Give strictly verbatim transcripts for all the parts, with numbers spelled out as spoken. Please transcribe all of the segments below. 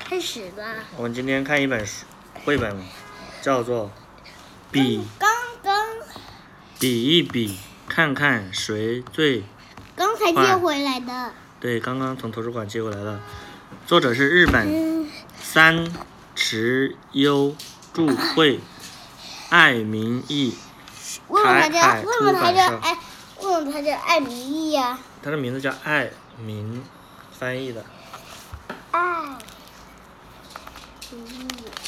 开始吧。 我们今天看一本书绘本，叫做《比刚刚比一比，看看谁最刚才接回来的。 对，刚刚从图书馆接回来的。作者是日本嗯， 三池优著绘，爱明义。 为什么他海叫海出为什么他版社叫爱为什么他叫爱明义呀？ 他的名字叫爱明，翻译的。 爱明义。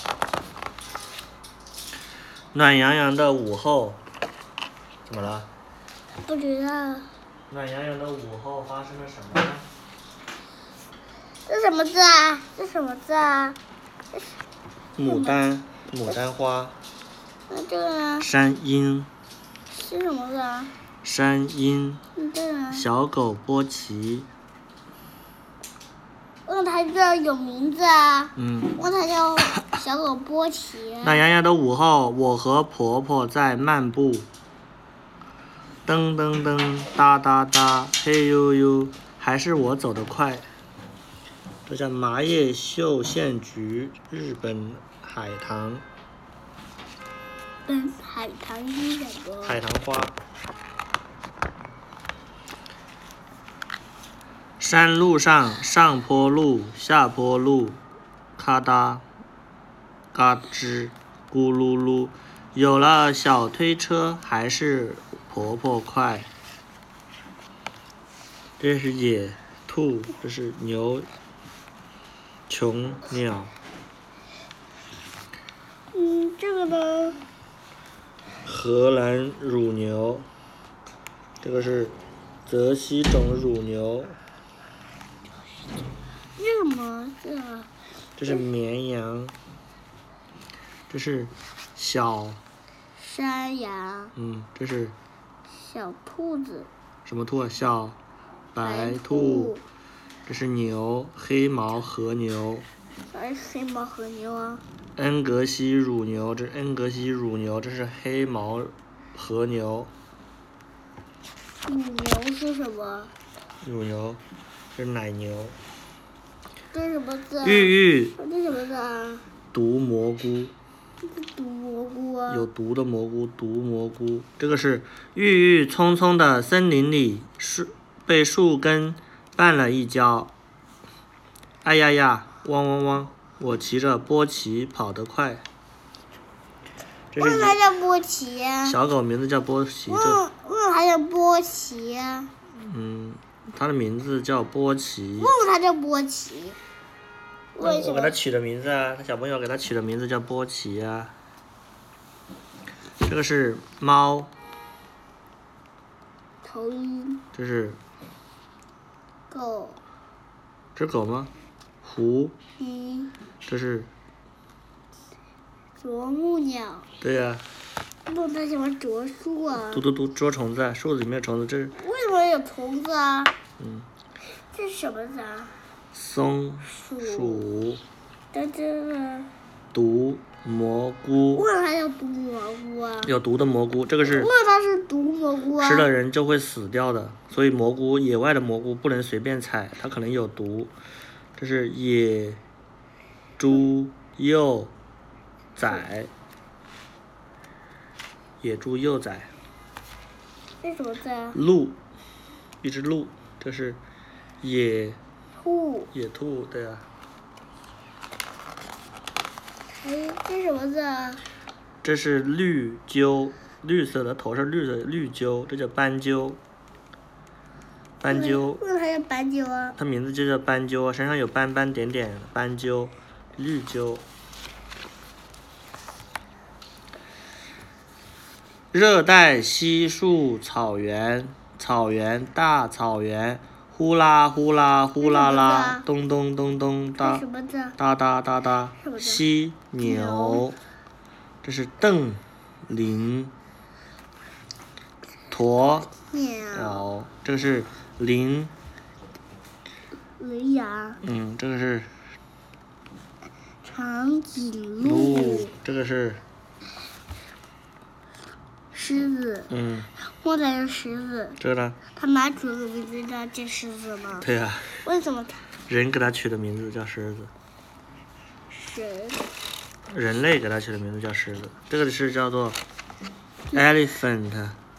暖洋洋的午后，怎么了？ 不知道。 暖洋洋的午后发生了什么呢？ 这什么字啊？这什么字啊？ 牡丹，牡丹花。 那这个呢？ 山鹰， 是什么字啊？ 山鹰。 嗯，这个呢？ 小狗波奇。 问他叫有名字啊？ 嗯。 问他叫小狗波奇。 暖洋洋的午后，我和婆婆在漫步。噔噔噔，哒哒哒，嘿呦呦，还是我走得快。这叫麻叶绣线菊，日本海棠。 跟海棠是什么？ 海棠花。山路上，上坡路，下坡路，咔哒，嘎吱，咕噜噜，有了小推车，还是婆婆快。这是野兔，这是牛，穷鸟。 嗯，这个呢？ 荷兰乳牛，这个是泽西种乳牛。 这什么字啊？ 这是绵羊，这是小山羊。 嗯，这是小兔子。 什么兔啊？小白白兔。 兔这是牛，黑毛和牛。 啥是黑毛和牛啊？ 恩格西乳牛，这是恩格西乳牛，这是黑毛和牛。 乳牛是什么？ 乳牛，这是奶牛。 这是什么字啊？ 玉玉， 这是什么字啊？ 毒蘑菇。 这是毒蘑菇啊。 有毒的蘑菇，毒蘑菇。这个是郁郁葱葱的森林里，树被树根绊了一跤。哎呀呀，汪汪汪！我骑着波奇跑得快。这为什么是它叫波奇呀？ 小狗，名字叫波奇。 为这什么为什么它叫波奇呀？ 嗯，它的名字叫波奇。 为什么它叫波奇？为什么我给它？取的名字啊，他小朋友给它取的名字叫波奇啊。这个是猫， 头鹰。 这是狗。 这是狗吗？狐， 嗯。 这是啄木鸟。 对呀、 为什么它喜欢啄树啊？ 嘟嘟嘟，捉虫子啊，树子里面有虫子，这是为什么有虫子啊？ 嗯， 这是什么字啊？ 松鼠。 鼠， 这这个。 毒蘑菇， 为什么它叫毒蘑菇啊？ 有毒的蘑菇，这个是为什么它是毒蘑菇啊？ 吃了人就会死掉的，所以蘑菇，野外的蘑菇不能随便采，它可能有毒。这是野猪幼崽，野猪幼崽。 这什么字啊？ 鹿，一只鹿，这是野兔。 野兔，对啊。 哎，这什么字啊？ 这是绿鸠，绿色的头是绿色的绿鸠，这叫斑鸠。斑鸠， 为什么它叫斑鸠啊？ 它名字就叫斑鸠啊，身上有斑斑点点，斑鸠，绿鸠。热带稀树草原，草原大草原，呼啦呼啦呼啦啦，咚咚咚咚这哒什么字啊？ 哒哒哒哒什么，字犀牛，这是邓林，鸵鸟。 鸟，这个是羚， 羚羊。 嗯，这个是长颈鹿鹿。， 这个是狮子。 嗯， 莫才是狮子。 这个呢？ 他妈取的名字叫这狮子吗？ 对呀、 为什么他？ 人给它取的名字叫狮子。 人。 人类给它起的名字叫狮子，这个是叫做 elephant。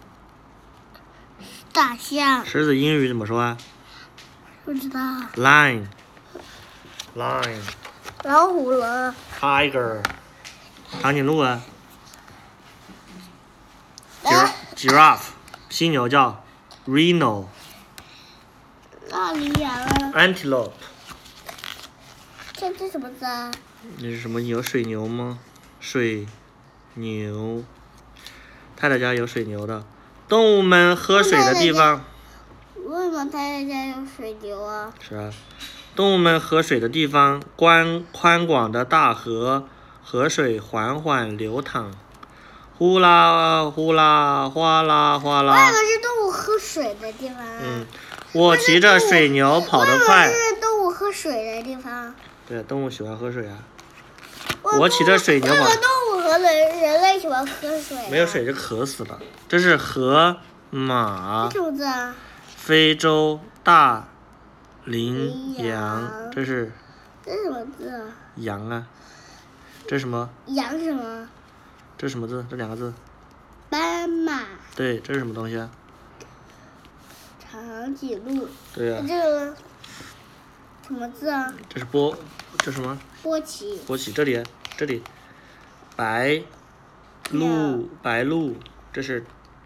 大象。 狮子英语怎么说啊？ 不知道。 lion lion 老虎了。 tiger 长颈鹿啊。giraffe giraffe 犀牛叫 rhino 那里呀了。 antelope 这这什么字啊？ 那是什么牛？水牛吗？水牛，太太家有水牛的。动物们喝水的地方。 为什么太太家有水牛啊？ 是啊，动物们喝水的地方，宽宽广的大河，河水缓缓流淌，呼啦呼啦，哗啦哗啦。 为什么是动物喝水的地方啊？ 嗯，我骑着水牛跑得快。 为什么是动物喝水的地方？ 对，动物喜欢喝水啊。我骑着水牛跑。 为什么动物和人人类喜欢喝水啊？ 没有水就渴死了。这是河马。 这什么字啊？ 非洲大羚羊，这是。 这是什么字啊？ 羊啊。这是什么？ 羊什么？ 这是什么字？这两个字。 斑马。 对，这是什么东西啊？ 长颈鹿。 对呀、啊。 这个什么字啊？ 这是波，这是什么？ 波奇。 波奇，这里，这里，白鹭，白鹭，这是。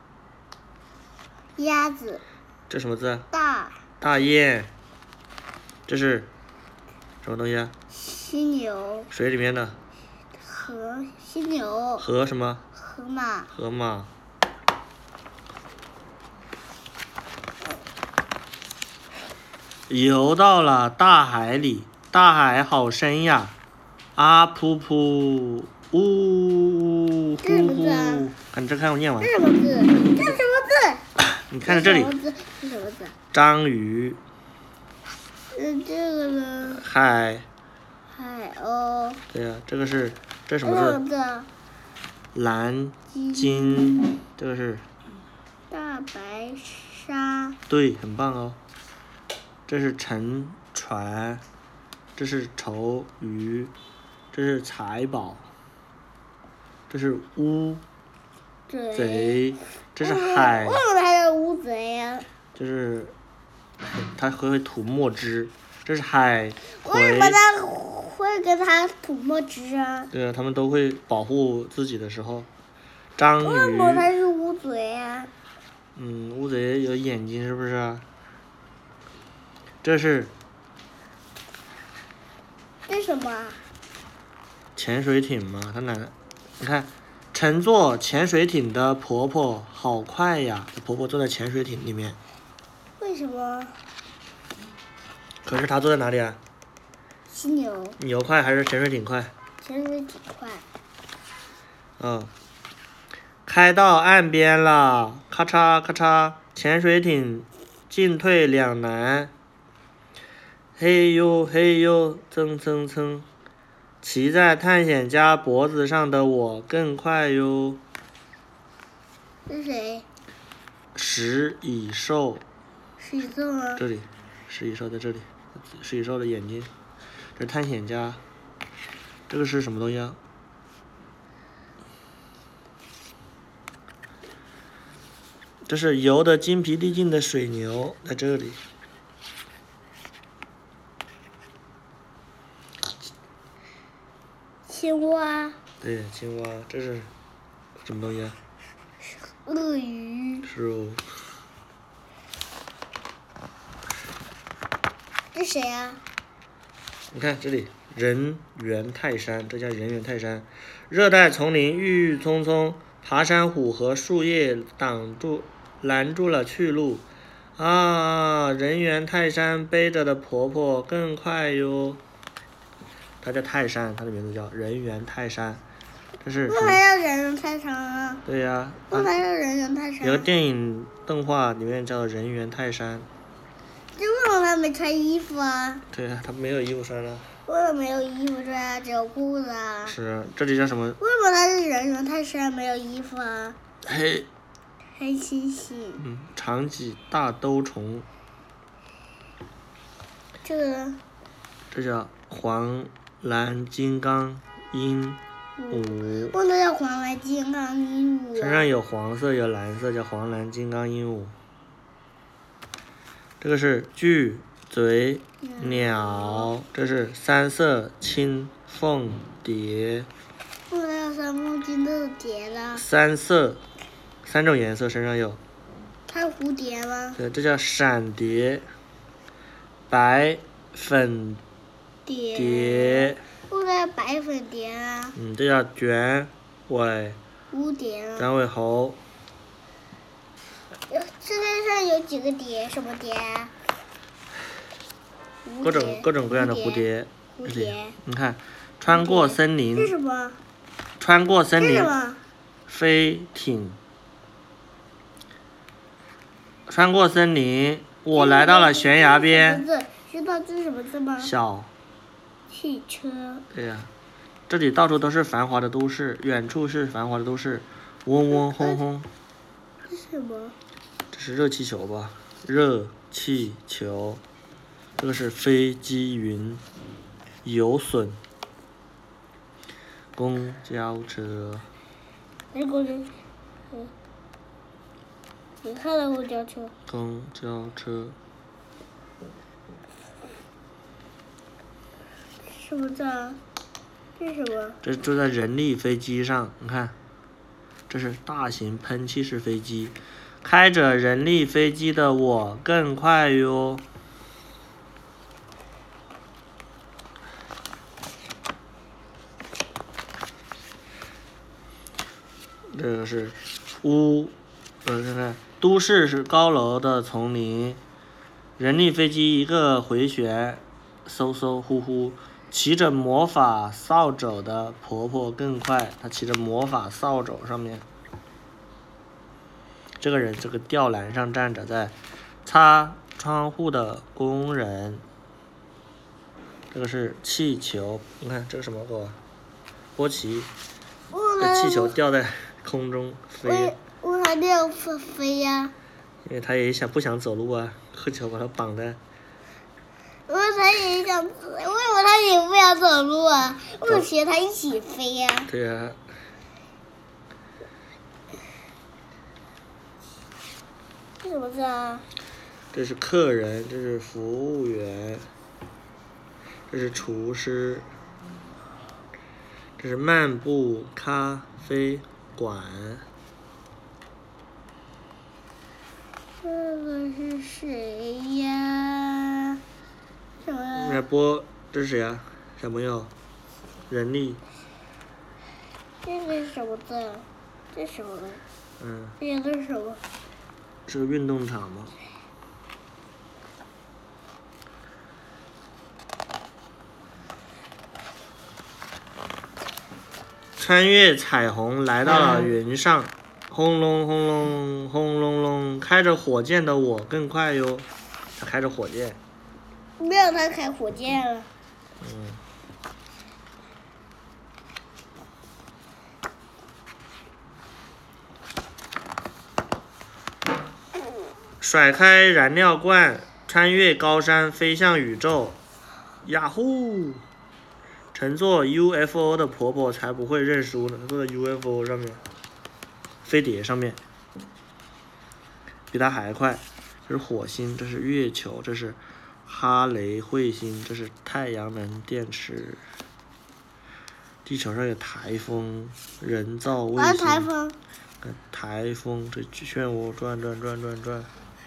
鸭子。 这什么字啊？ 大。 大雁。这是什么东西啊？ 犀牛。 水里面的。 河犀牛。 河什么？ 河马。 河马。游到了大海里，大海好深呀！啊噗噗，呜呼呼。看这，看我念完。 这什么字？这什么字？ 你看着这里。 这什么字？ 章鱼。 嗯，这个呢？ 海。 海鸥。 对呀、啊，这个是这什么字？什么字？ 蓝鲸。这个是。 大白鲨。 对，很棒哦。这是沉船，这是愁鱼，这是财宝，这是乌贼，这是海。 为什么它是乌贼呀？ 就是它还会吐墨汁，这是海葵。 为什么它会跟它吐墨汁啊？ 对啊，它们都会保护自己的时候。章鱼。 为什么它是乌贼呀？ 嗯，乌贼有眼睛是不是啊？这是。 这什么？ 潜水艇嘛，它哪？你看，乘坐潜水艇的婆婆好快呀！婆婆坐在潜水艇里面。 为什么？ 可是她坐在哪里啊？ 犀牛。 牛快还是潜水艇快？ 潜水艇快。 嗯。开到岸边了，咔嚓咔嚓，潜水艇进退两难。嘿呦嘿呦，蹭蹭蹭，骑在探险家脖子上的我更快哟。 是谁？ 食蚁兽。 食蚁兽吗？ 这里，食蚁兽在这里，食蚁兽的眼睛。这是探险家。这个是什么东西啊？这是游得精疲力尽的水牛，在这里。 青蛙。 对，青蛙，这是什么东西啊？ 鳄鱼。 是哦。 这谁啊？ 你看这里，人猿泰山，这叫人猿泰山。热带丛林郁郁葱葱，爬山虎和树叶挡住拦住了去路。啊，人猿泰山背着的婆婆更快哟。它叫泰山，它的名字叫人猿泰山。这是。 为什么叫人猿泰山啊？ 对呀、啊。 为什么叫人猿泰山？ 有个电影动画里面叫人猿泰山。 这为什么他没穿衣服啊？ 对啊，他没有衣服穿了。 为什么没有衣服穿啊？只有裤子啊？ 是，这里叫什么？ 为什么他是人猿泰山没有衣服啊？ 黑。 黑猩猩。 嗯，长脊大兜虫。 这个。 这叫黄蓝金刚鹦鹉。 不能叫黄蓝金刚鹦鹉。 身上有黄色有蓝色，叫黄蓝金刚鹦鹉。这个是巨嘴鸟，这是三色青凤蝶。 不能叫三凤金的蝶了。 三色，三种颜色身上有。 它蝴蝶吗？ 对，这叫闪蝶。白粉蝶。 蝶。 不能叫白粉蝶啊。 嗯，这叫卷尾。 蝴蝶啊。 卷尾猴。 世界上有几个蝶？什么蝶？ 各种各种各样的蝴蝶。 蝴蝶。 你看，穿过森林。 这是什么？ 穿过森林。 这是什么？ 飞艇。穿过森林，我来到了悬崖边。 知道这是什么字吗？ 小。 汽车。 对呀，这里到处都是繁华的都市，远处是繁华的都市，嗡嗡轰轰。 这是什么？ 这是热气球吧？热气球。这个是飞机云。有隼。公交车。 这是公交车。嗯。你看到公交车？ 公交车。 什么字啊？这是什么？ 这就在人力飞机上，你看，这是大型喷气式飞机。开着人力飞机的我更快哟。这个是屋，呃，看看，都市是高楼的丛林，人力飞机一个回旋，嗖嗖呼呼，骑着魔法扫帚的婆婆更快，她骑着魔法扫帚上面。这个人这个吊篮上站着，在擦窗户的工人。这个是气球，你看这个什么狗啊？波奇。这气球吊在空中飞。 为啥这样飞飞呀？ 因为他也想不想走路啊，气球把它绑在。 我他也想，为什么他也不想走路啊？为什么学他一起飞呀、啊？ 对呀、啊。 这什么字啊？ 这是客人，这是服务员，这是厨师，这是漫步咖啡馆。 这个是谁呀？什么？ 来播，这是谁啊？小朋友，人力。 这个是什么字啊？这是什么？ 嗯。 这些都是什么？ 是个运动场吗？穿越彩虹来到了云上，轰隆轰隆轰隆隆，开着火箭的我更快哟。他开着火箭。 没有他开火箭了。 嗯。甩开燃料罐，穿越高山，飞向宇宙。呀呼！乘坐 U F O 的婆婆才不会认输呢，她坐在 U F O 上面，飞碟上面，比她还快。这是火星，这是月球，这是哈雷彗星，这是太阳能电池。地球上有台风，人造卫星。 台风。 台风，这漩涡转转转转转。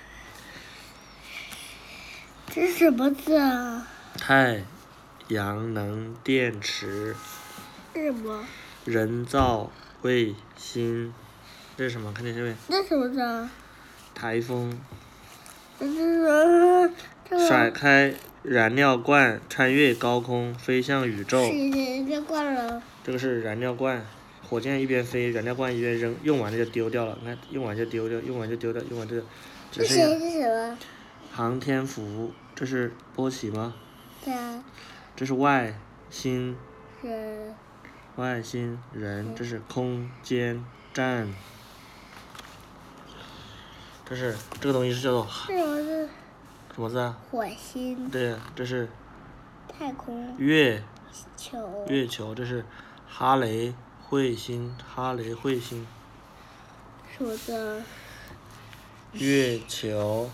这是什么字啊？ 太阳能电池。 是什么？ 人造卫星。这是什么？看见这边。 这什么字啊？ 台风。 这是这个。 甩开燃料罐，穿越高空，飞向宇宙。 是燃料罐了。 这个是燃料罐，火箭一边飞，燃料罐一边扔，用完了就丢掉了。你看，用完就丢掉，用完就丢掉，用完就。 这谁是什么？ 航天服，这是波奇吗？ 对啊。 这是外星人。 外星人，这是空间站。这是这个东西是叫做。 这什么字？ 什么字啊？ 火星。 对，这是。 太空。 月球。 月球，这是哈雷彗星，哈雷彗星。 数着。 月球。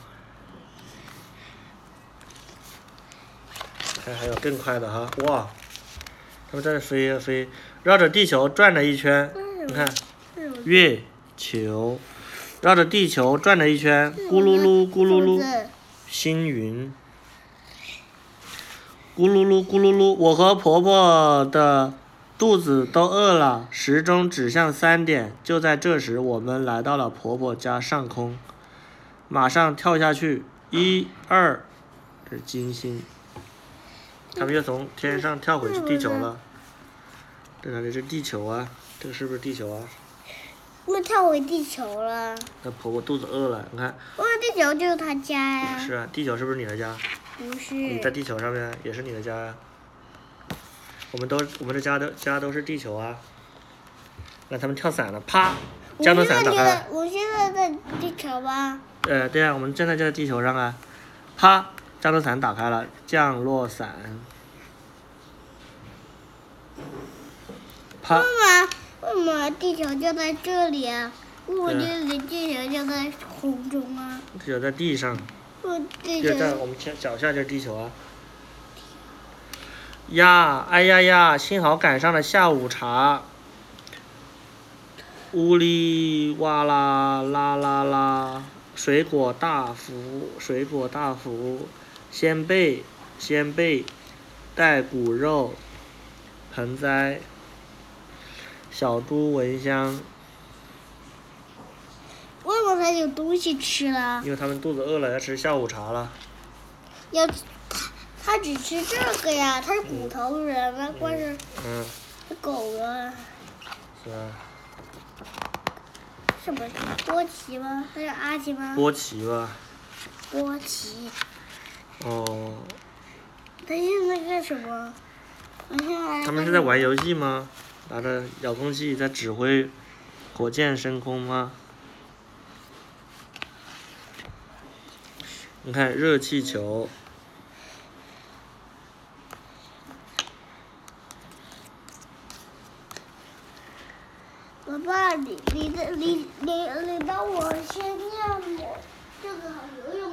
看还有更快的哈，哇！它们在这飞呀飞，绕着地球转了一圈。你看，月球绕着地球转了一圈，咕噜噜咕噜噜。星云。咕噜噜咕噜噜，我和婆婆的肚子都饿了，时钟指向三点。就在这时，我们来到了婆婆家上空，马上跳下去，一二，这是金星。他们又从天上跳回去地球了。这哪里是地球啊？这个是不是地球啊？ 我跳回地球了。 那婆婆肚子饿了，你看。 我地球就是她家呀。 是啊，地球是不是你的家？ 不是。 你在地球上面也是你的家呀。我们都我们的家都家都是地球啊。那他们跳伞了，啪！降落伞打开了。 我现在在地球吧？ 呃，对啊，我们现在就在地球上啊。啪！降落伞打开了，降落伞。啪！ 为什么为什么地球就在这里啊？为什么地地球就在空中啊？ 地球在地上。 地球就在我们脚下就是地球啊。呀，哎呀呀！幸好赶上了下午茶。呜哩哇啦啦啦啦，水果大福，水果大福，鲜贝，鲜贝，带骨肉，盆栽，小猪蚊香。 为什么它有东西吃了？ 因为他们肚子饿了，要吃下午茶了。 要，它只吃这个呀？它是骨头人，那怪是嗯。 是狗啊。 是啊。 什么波奇吗？那是阿奇吗？ 波奇吧。 波奇。 哦。 他现在干什么？ 他们是在玩游戏吗？拿着遥控器在指挥火箭升空吗？你看热气球。 爸爸，你你的你你你帮我先念我这个游泳。